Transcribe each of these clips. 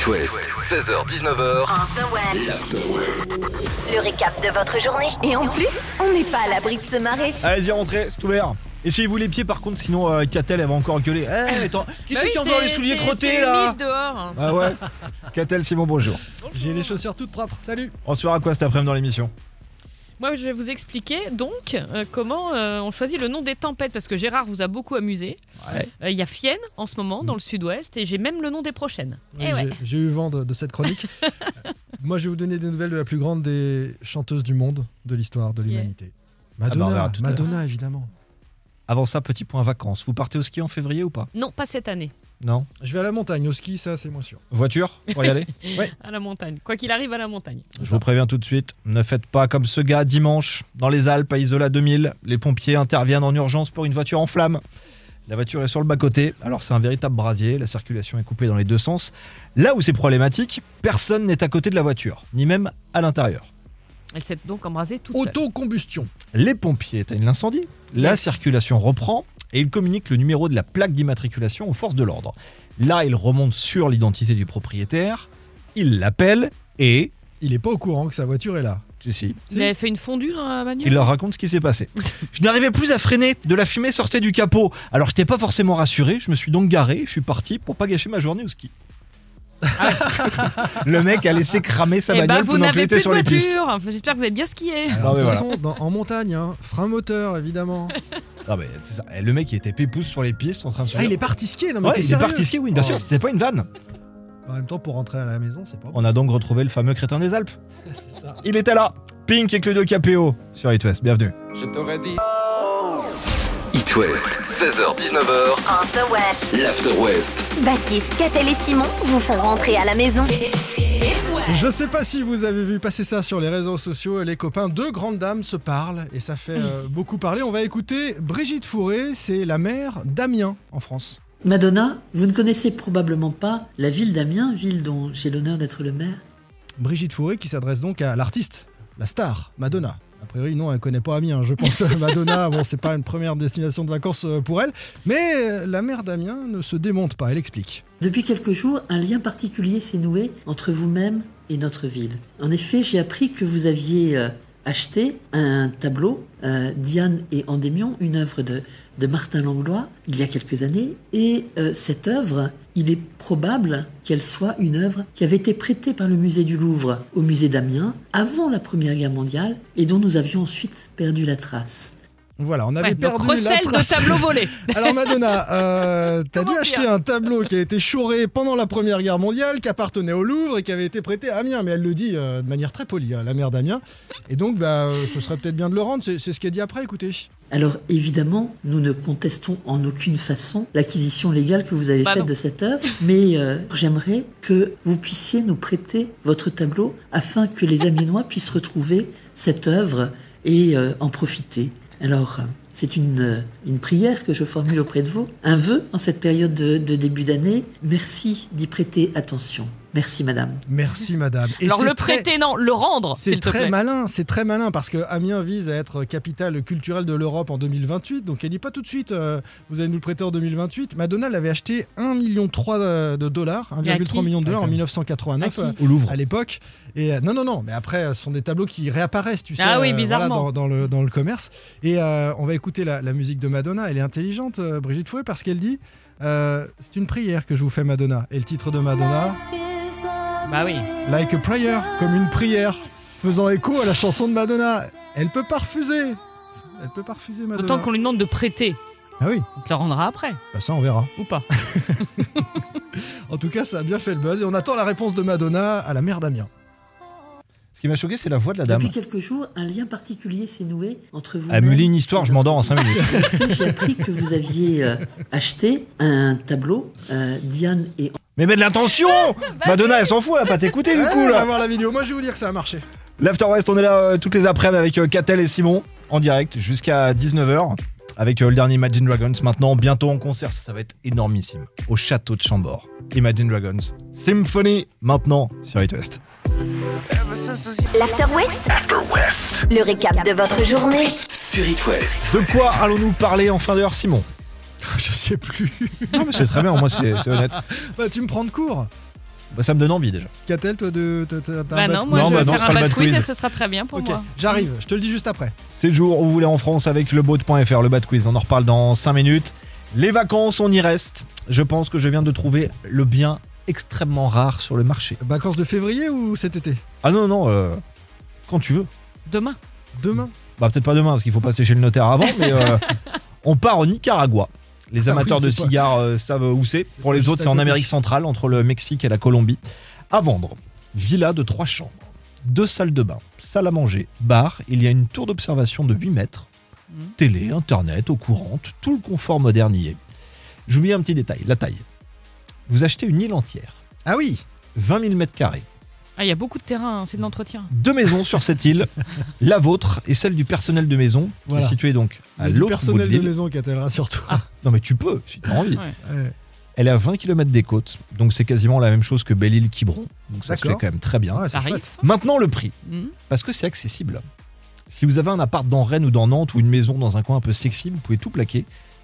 West, 16h-19h. On the West. L'After West. Le récap de votre journée. Et en plus, on n'est pas à l'abri de se marrer. Allez-y, rentrez, c'est ouvert. Essuyez-vous les pieds par contre, sinon Catel elle va encore gueuler. Attends, qui c'est qui a encore les souliers crottés là? C'est dehors. Ah ouais. Catel, Simon, bonjour. J'ai les chaussures toutes propres, salut. On se fera quoi cet après-midi dans l'émission? Moi, je vais vous expliquer donc comment on choisit le nom des tempêtes, parce que Gérard vous a beaucoup amusé. Ouais. Il y a Fienne en ce moment dans le sud-ouest, et j'ai même le nom des prochaines. Oui, j'ai eu vent de cette chronique. Moi, je vais vous donner des nouvelles de la plus grande des chanteuses du monde, de l'histoire de l'humanité. Madonna, on verra tout à l'heure. Madonna évidemment. Avant ça, petit point vacances. Vous partez au ski en février ou pas? Non, pas cette année. Non. Je vais à la montagne, au ski, ça c'est moins sûr. Voiture pour y aller? À la montagne. Quoi qu'il arrive, à la montagne. Je vous préviens tout de suite, ne faites pas comme ce gars dimanche, dans les Alpes, à Isola 2000. Les pompiers interviennent en urgence pour une voiture en flammes. La voiture est sur le bas-côté, alors c'est un véritable brasier, la circulation est coupée dans les deux sens. Là où c'est problématique, personne n'est à côté de la voiture, ni même à l'intérieur. Elle s'est donc embrasée toute seule. Autocombustion. Les pompiers éteignent l'incendie, la circulation reprend et ils communiquent le numéro de la plaque d'immatriculation aux forces de l'ordre. Là, ils remontent sur l'identité du propriétaire, ils l'appellent et... Il est pas au courant que sa voiture est là. Si. Il avait fait une fondue dans la bagnole. Il leur raconte ce qui s'est passé. Je n'arrivais plus à freiner, de la fumée sortait du capot. Alors je n'étais pas forcément rassuré, je me suis donc garé, je suis parti pour pas gâcher ma journée au ski. Le mec a laissé cramer sa bagnole vous pendant qu'il n'avez était plus sur de les pistes. voiture. J'espère que vous avez bien skié. Alors, mais attention, en montagne, frein moteur évidemment. Non, mais c'est ça. Le mec il était pépouze sur les pistes en train de se Ah, il est parti skier, non mais Ouais, t'es il est sérieux? parti skier, oui, bien sûr, c'était pas une vanne. En même temps, pour rentrer à la maison, c'est pas bon. On a donc retrouvé le fameux crétin des Alpes. C'est ça. Il était là, Pink et Claudio Capéo sur It West, bienvenue. Je t'aurais dit. It West, 16h-19h. On the West. L'After West. Baptiste, Catel et Simon vous font rentrer à la maison. Je sais pas si vous avez vu passer ça sur les réseaux sociaux, les copains, deux grandes dames se parlent et ça fait beaucoup parler. On va écouter Brigitte Fourré, c'est la mère d'Amiens en France. Madonna, vous ne connaissez probablement pas la ville d'Amiens, ville dont j'ai l'honneur d'être le maire. Brigitte Fourré qui s'adresse donc à l'artiste, la star, Madonna. A priori, non, elle connaît pas Amiens, je pense. Madonna, bon, c'est pas une première destination de vacances pour elle. Mais la mère d'Amiens ne se démonte pas, elle explique. Depuis quelques jours, un lien particulier s'est noué entre vous-même et notre ville. En effet, j'ai appris que vous aviez acheté un tableau, Diane et Endémion, une œuvre de Martin Langlois, il y a quelques années. Et cette œuvre, il est probable qu'elle soit une œuvre qui avait été prêtée par le musée du Louvre au musée d'Amiens avant la Première Guerre mondiale et dont nous avions ensuite perdu la trace. Voilà, on avait Donc perdu la recel trace. de tableau volé. Alors Madonna, t'as dû Comment acheter dire un tableau qui a été chouré pendant la Première Guerre mondiale, qui appartenait au Louvre et qui avait été prêté à Amiens. Mais elle le dit de manière très polie, la mère d'Amiens. Et donc, ce serait peut-être bien de le rendre. C'est ce qu'elle dit après, écoutez. Alors évidemment, nous ne contestons en aucune façon l'acquisition légale que vous avez faite non. de cette œuvre, mais j'aimerais que vous puissiez nous prêter votre tableau afin que les Amiénois puissent retrouver cette œuvre et en profiter. Alors, c'est une prière que je formule auprès de vous, un vœu en cette période de début d'année. Merci d'y prêter attention. Merci madame. Merci madame. Et Alors c'est le prêter, non, le rendre, C'est s'il te plaît. c'est très malin parce que Amiens vise à être capitale culturelle de l'Europe en 2028. Donc elle dit pas tout de suite, vous allez nous le prêter en 2028. Madonna l'avait acheté 1,3 million de dollars, 1,3 million de dollars en 1989 Au Louvre. à l'époque. Et non, mais après ce sont des tableaux qui réapparaissent, tu sais, Ah oui, bizarrement. voilà, dans le commerce. Et on va écouter la musique de Madonna. Elle est intelligente, Brigitte Fourré, parce qu'elle dit c'est une prière que je vous fais, Madonna. Et le titre de Madonna, Bah oui. Like a Prayer, comme une prière, faisant écho à la chanson de Madonna. Elle peut pas refuser. Elle peut pas refuser, Madonna. Autant qu'on lui demande de prêter. Ah oui, On te le rendra après, ça on verra. ou pas. En tout cas, ça a bien fait le buzz et on attend la réponse de Madonna à la mère d'Amiens. Ce qui m'a choqué, c'est la voix de la dame. Depuis quelques jours, un lien particulier s'est noué entre vous. Elle me lit une histoire, je m'endors en 5 minutes. J'ai appris que vous aviez acheté un tableau, Diane et Mais mets de l'intention. Madonna, elle s'en fout, elle va pas t'écouter du coup On va là. voir la vidéo. Moi, je vais vous dire que ça a marché. L'After West, on est là toutes les après-midi avec Catel et Simon en direct jusqu'à 19h avec le dernier Imagine Dragons. Maintenant, bientôt en concert, ça va être énormissime au château de Chambord. Imagine Dragons Symphony maintenant sur It West. L'After West, After West. le récap de votre journée. Sur It West. De quoi allons-nous parler en fin d'heure, Simon? Je sais plus. Non mais c'est très bien, moi c'est honnête. Bah, tu me prends de court. Bah, ça me donne envie déjà. Qu'a-t-elle, toi, t'as Bah un non, bad moi Non, je bah vais non, faire ce un sera le bad bad quiz quiz. et ce sera très bien pour Ok, moi. j'arrive, je te le dis juste après. C'est le jour où vous voulez en France avec leboat.fr, le bad quiz. On en reparle dans 5 minutes. Les vacances, on y reste. Je pense que je viens de trouver le bien extrêmement rare sur le marché. Vacances de février ou cet été? Ah non, quand tu veux. Demain. Demain? Bah peut-être pas demain parce qu'il faut passer chez le notaire avant, mais on part au Nicaragua. Les Ah amateurs oui, de c'est pas- cigares savent où c'est. Pour les juste autres, à c'est en côté. Amérique centrale, entre le Mexique et la Colombie. À vendre, villa de 3 chambres, 2 salles de bain, salle à manger, bar. Il y a une tour d'observation de 8 mètres, télé, internet, eau courante, tout le confort moderne y est. J'oublie un petit détail, la taille. Vous achetez une île entière, Ah oui. 20 000 mètres carrés. Ah, il y a beaucoup de terrain, c'est de l'entretien. 2 maisons sur cette île, la vôtre et celle du personnel de maison, Voilà. qui est située donc Il y à a du l'autre bout de personnel de l'île. maison qui attellera surtout. Non mais tu peux, si tu as envie. Ouais. Ouais. Elle est à 20 km des côtes, donc c'est quasiment la même chose que Belle-Île-Quiberon. Donc ça se fait D'accord. quand même très bien. Ah ouais, c'est chouette. Tarif. Maintenant le prix, Mhm. parce que c'est accessible. Si vous avez un appart dans Rennes ou dans Nantes ou une maison dans un coin un peu sexy, vous pouvez tout plaquer.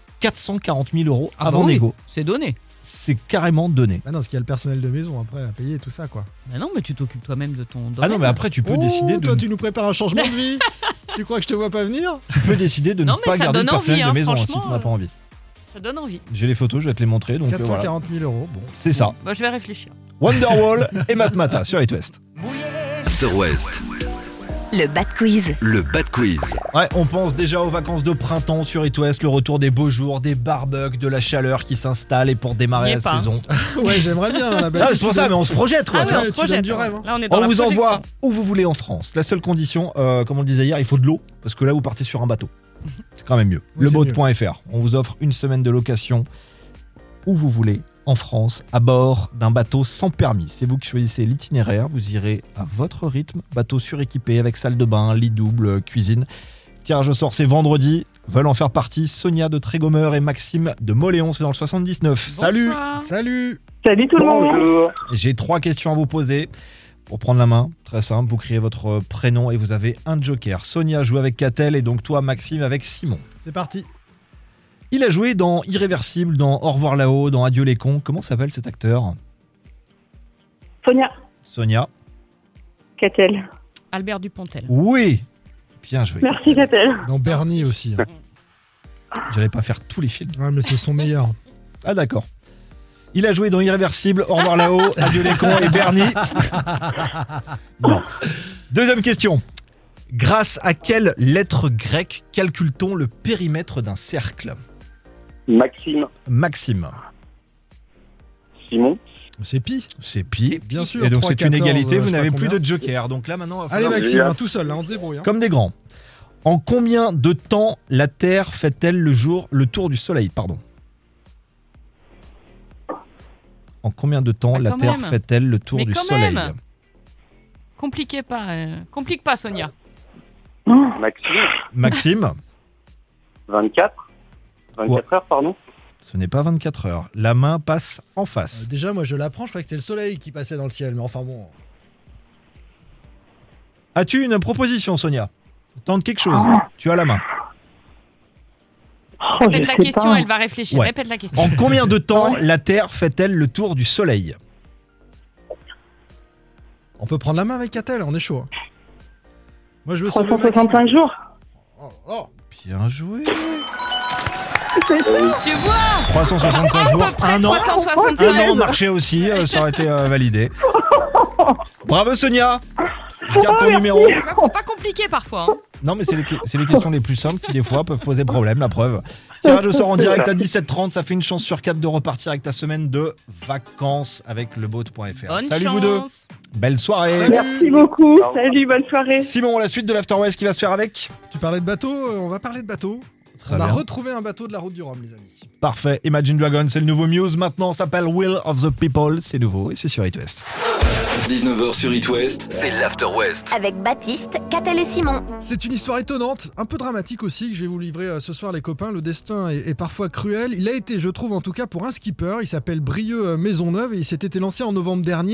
440 000 euros Ah bah avant oui, négo. c'est donné. C'est carrément donné. Bah non, parce qu'il y a le personnel de maison après à payer tout ça, quoi. Bah non, mais tu t'occupes toi-même de ton domaine. Ah non mais après tu peux décider de Toi, tu nous prépares un changement de vie. Tu crois que je te vois pas venir? tu peux décider de Non, ne mais pas ça garder le donne personnel envie, de maison hein, si tu franchement, n'as pas envie. Ça donne envie. J'ai les photos, je vais te les montrer. Donc voilà. 440 000 euros. Bon. C'est ça. Bah, je vais réfléchir. Wonderwall et Matmata sur It West. After West, Le Bad Quiz. le Bad Quiz. Ouais, on pense déjà aux vacances de printemps sur It West, le retour des beaux jours, des barbecues, de la chaleur qui s'installe et pour démarrer Y est la pas. saison. Ouais, j'aimerais bien. La Ah, c'est pour ça, mais on se projette quoi. Ah oui, tu vois. on se tu donnes projette. du rêve, hein. Là, on est dans On la vous projection. envoie où vous voulez en France. La seule condition, comme on le disait hier, il faut de l'eau, parce que là vous partez sur un bateau. C'est quand même mieux. Oui, c'est Leboat.fr, on vous offre une semaine de location où vous voulez en France, à bord d'un bateau sans permis. C'est vous qui choisissez l'itinéraire, vous irez à votre rythme, bateau suréquipé avec salle de bain, lit double, cuisine. Tirage au sort, c'est vendredi. Veulent en faire partie Sonia de Trégomeur et Maxime de Moléon, c'est dans le 79. Salut. Bonsoir. Salut. Salut tout le monde. J'ai 3 questions à vous poser. Pour prendre la main, très simple, vous criez votre prénom et vous avez un joker. Sonia joue avec Catel et donc toi, Maxime, avec Simon. C'est parti. Il a joué dans Irréversible, dans Au revoir là-haut, dans Adieu les cons. Comment s'appelle cet acteur? Sonia. Sonia. Catel. Albert Dupontel. Oui. Bien joué. Merci Catel. Dans Bernie aussi. Hein. J'allais pas faire tous les films. Ouais, mais c'est son meilleur. Ah d'accord. Il a joué dans Irréversible, Au revoir là-haut, Adieu les cons et Bernie. Non. Deuxième question. Grâce à quelle lettre grecque calcule-t-on le périmètre d'un cercle? Maxime, Maxime. Simon, C'est pi. C'est pi. Bien sûr. Et donc 3, c'est une 14, égalité, je vous sais n'avez pas plus combien. de joker. Donc là maintenant, il va Allez falloir- Maxime, bien. tout seul, là, on se débrouille. Hein. Comme des grands. En combien de temps la Terre fait-elle le tour du Soleil? Pardon. En combien de temps Ah, la quand Terre même. fait-elle le tour Mais du quand Soleil? même. Compliquez pas. Complique pas, Sonia. Maxime, Maxime, 24. 24 heures, pardon. ce n'est pas 24 heures. La main passe en face. Déjà, moi je l'apprends, je croyais que c'était le soleil qui passait dans le ciel, mais enfin bon. As-tu une proposition, Sonia? Tente quelque chose. Tu as la main. Oh, Répète je la sais question, pas. elle va réfléchir. Ouais. Répète la question. En combien de temps la Terre fait-elle le tour du Soleil? On peut prendre la main avec Catel, on est chaud. hein. Moi je veux sauver Maxime. 365 jours. Oh. Bien joué. Tu vois 365 jours, À peu près un an. 365. Un an marché aussi, ça aurait été validé. Bravo Sonia. Je garde ton numéro. Faut pas compliquer parfois. hein. Non mais c'est les questions les plus simples qui des fois peuvent poser problème, la preuve. Tirage au sort en direct à 17h30, ça fait une chance sur 4 de repartir avec ta semaine de vacances avec leboat.fr. Bonne Salut chance. vous deux. Belle soirée. Salut. Merci beaucoup. Salut, bonne soirée. Simon, la suite de l'After West qui va se faire avec. Tu parlais de bateau, on va parler de bateau. Très On a bien. retrouvé un bateau de la route du Rhum, les amis. Parfait. Imagine Dragons, c'est le nouveau Muse. Maintenant, ça s'appelle Will of the People. C'est nouveau et c'est sur It West. 19h sur It West, c'est l'After West. Avec Baptiste, Catel et Simon. C'est une histoire étonnante, un peu dramatique aussi, que je vais vous livrer ce soir, les copains. Le destin est parfois cruel. Il a été, je trouve en tout cas, pour un skipper. Il s'appelle Brieux Maisonneuve et il s'était lancé en novembre dernier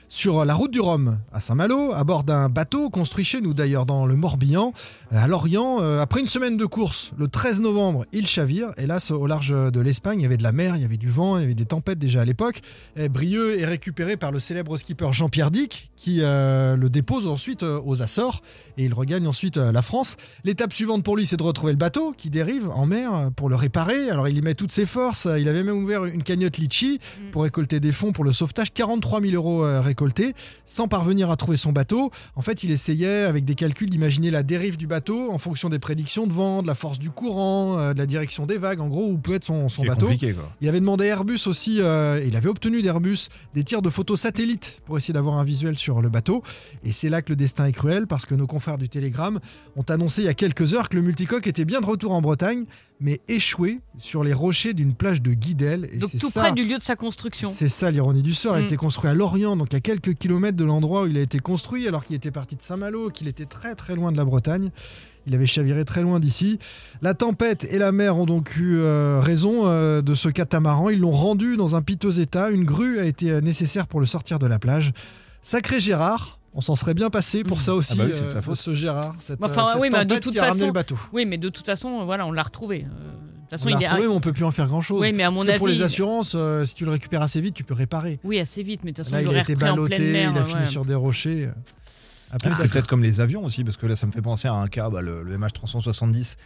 sur la route du Rhum à Saint-Malo, à bord d'un bateau construit chez nous d'ailleurs dans le Morbihan, à Lorient. Après une semaine de course, le 13 novembre, il chavire. Hélas, au large de l'Espagne, il y avait de la mer, il y avait du vent, il y avait des tempêtes déjà à l'époque. Brieuc est récupéré par le célèbre skipper Jean-Pierre Dick qui le dépose ensuite aux Açores et il regagne ensuite la France. L'étape suivante pour lui, c'est de retrouver le bateau qui dérive en mer pour le réparer. Alors il y met toutes ses forces. Il avait même ouvert une cagnotte Litchi pour récolter des fonds pour le sauvetage. 43 000 € récoltés sans parvenir à trouver son bateau. En fait, il essayait avec des calculs d'imaginer la dérive du bateau en fonction des prédictions de vent, de la force du courant, de la direction des vagues. En gros, où peut être son bateau. Il avait demandé à Airbus aussi, et il avait obtenu d'Airbus des tirs de photos satellites pour essayer d'avoir un visuel sur le bateau. Et c'est là que le destin est cruel parce que nos confrères du Télégramme ont annoncé il y a quelques heures que le multicoque était bien de retour en Bretagne, mais échoué sur les rochers d'une plage de Guidel. Et donc c'est tout ça, près du lieu de sa construction. C'est ça l'ironie du sort. Il a été construit à Lorient, donc à quelques kilomètres de l'endroit où il a été construit, alors qu'il était parti de Saint-Malo, qu'il était très très loin de la Bretagne. Il avait chaviré très loin d'ici. La tempête et la mer ont donc eu raison de ce catamaran. Ils l'ont rendu dans un piteux état. Une grue a été nécessaire pour le sortir de la plage. Sacré Gérard. On s'en serait bien passé pour ça aussi, oui, c'est de sa faute. ce Gérard, cette oui, mais tempête qui a ramené le bateau. Oui, mais de toute façon, voilà, on l'a retrouvé. De toute façon, On l'a retrouvé, mais on peut plus en faire grand-chose. Oui, mais à mon avis, pour les assurances, si tu le récupères assez vite, tu peux réparer. Oui, assez vite, mais de toute façon, là, il a été ballotté, il a fini sur des rochers. C'est peut-être comme les avions aussi, parce que là, ça me fait penser à un cas, le MH370.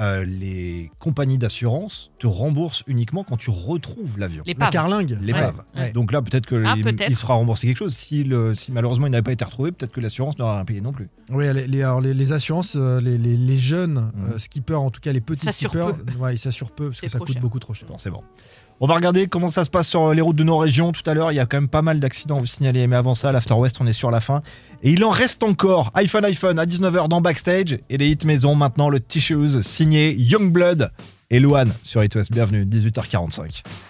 Les compagnies d'assurance te remboursent uniquement quand tu retrouves l'avion. La carlingue. L'épave. Ouais. Donc là, peut-être qu'il sera remboursé quelque chose. Si malheureusement il n'avait pas été retrouvé, peut-être que l'assurance n'aura rien payé non plus. Oui, les assurances, les jeunes skippers, en tout cas les petits skippers, ils s'assurent peu parce que ça coûte beaucoup trop cher. Bon, c'est bon. On va regarder comment ça se passe sur les routes de nos régions tout à l'heure. Il y a quand même pas mal d'accidents à vous signaler. Mais avant ça, l'After West, on est sur la fin. Et il en reste encore. iPhone à 19h dans Backstage. Et les hits maison maintenant, le Tissues signé Youngblood et Luan sur It West. Bienvenue, 18h45.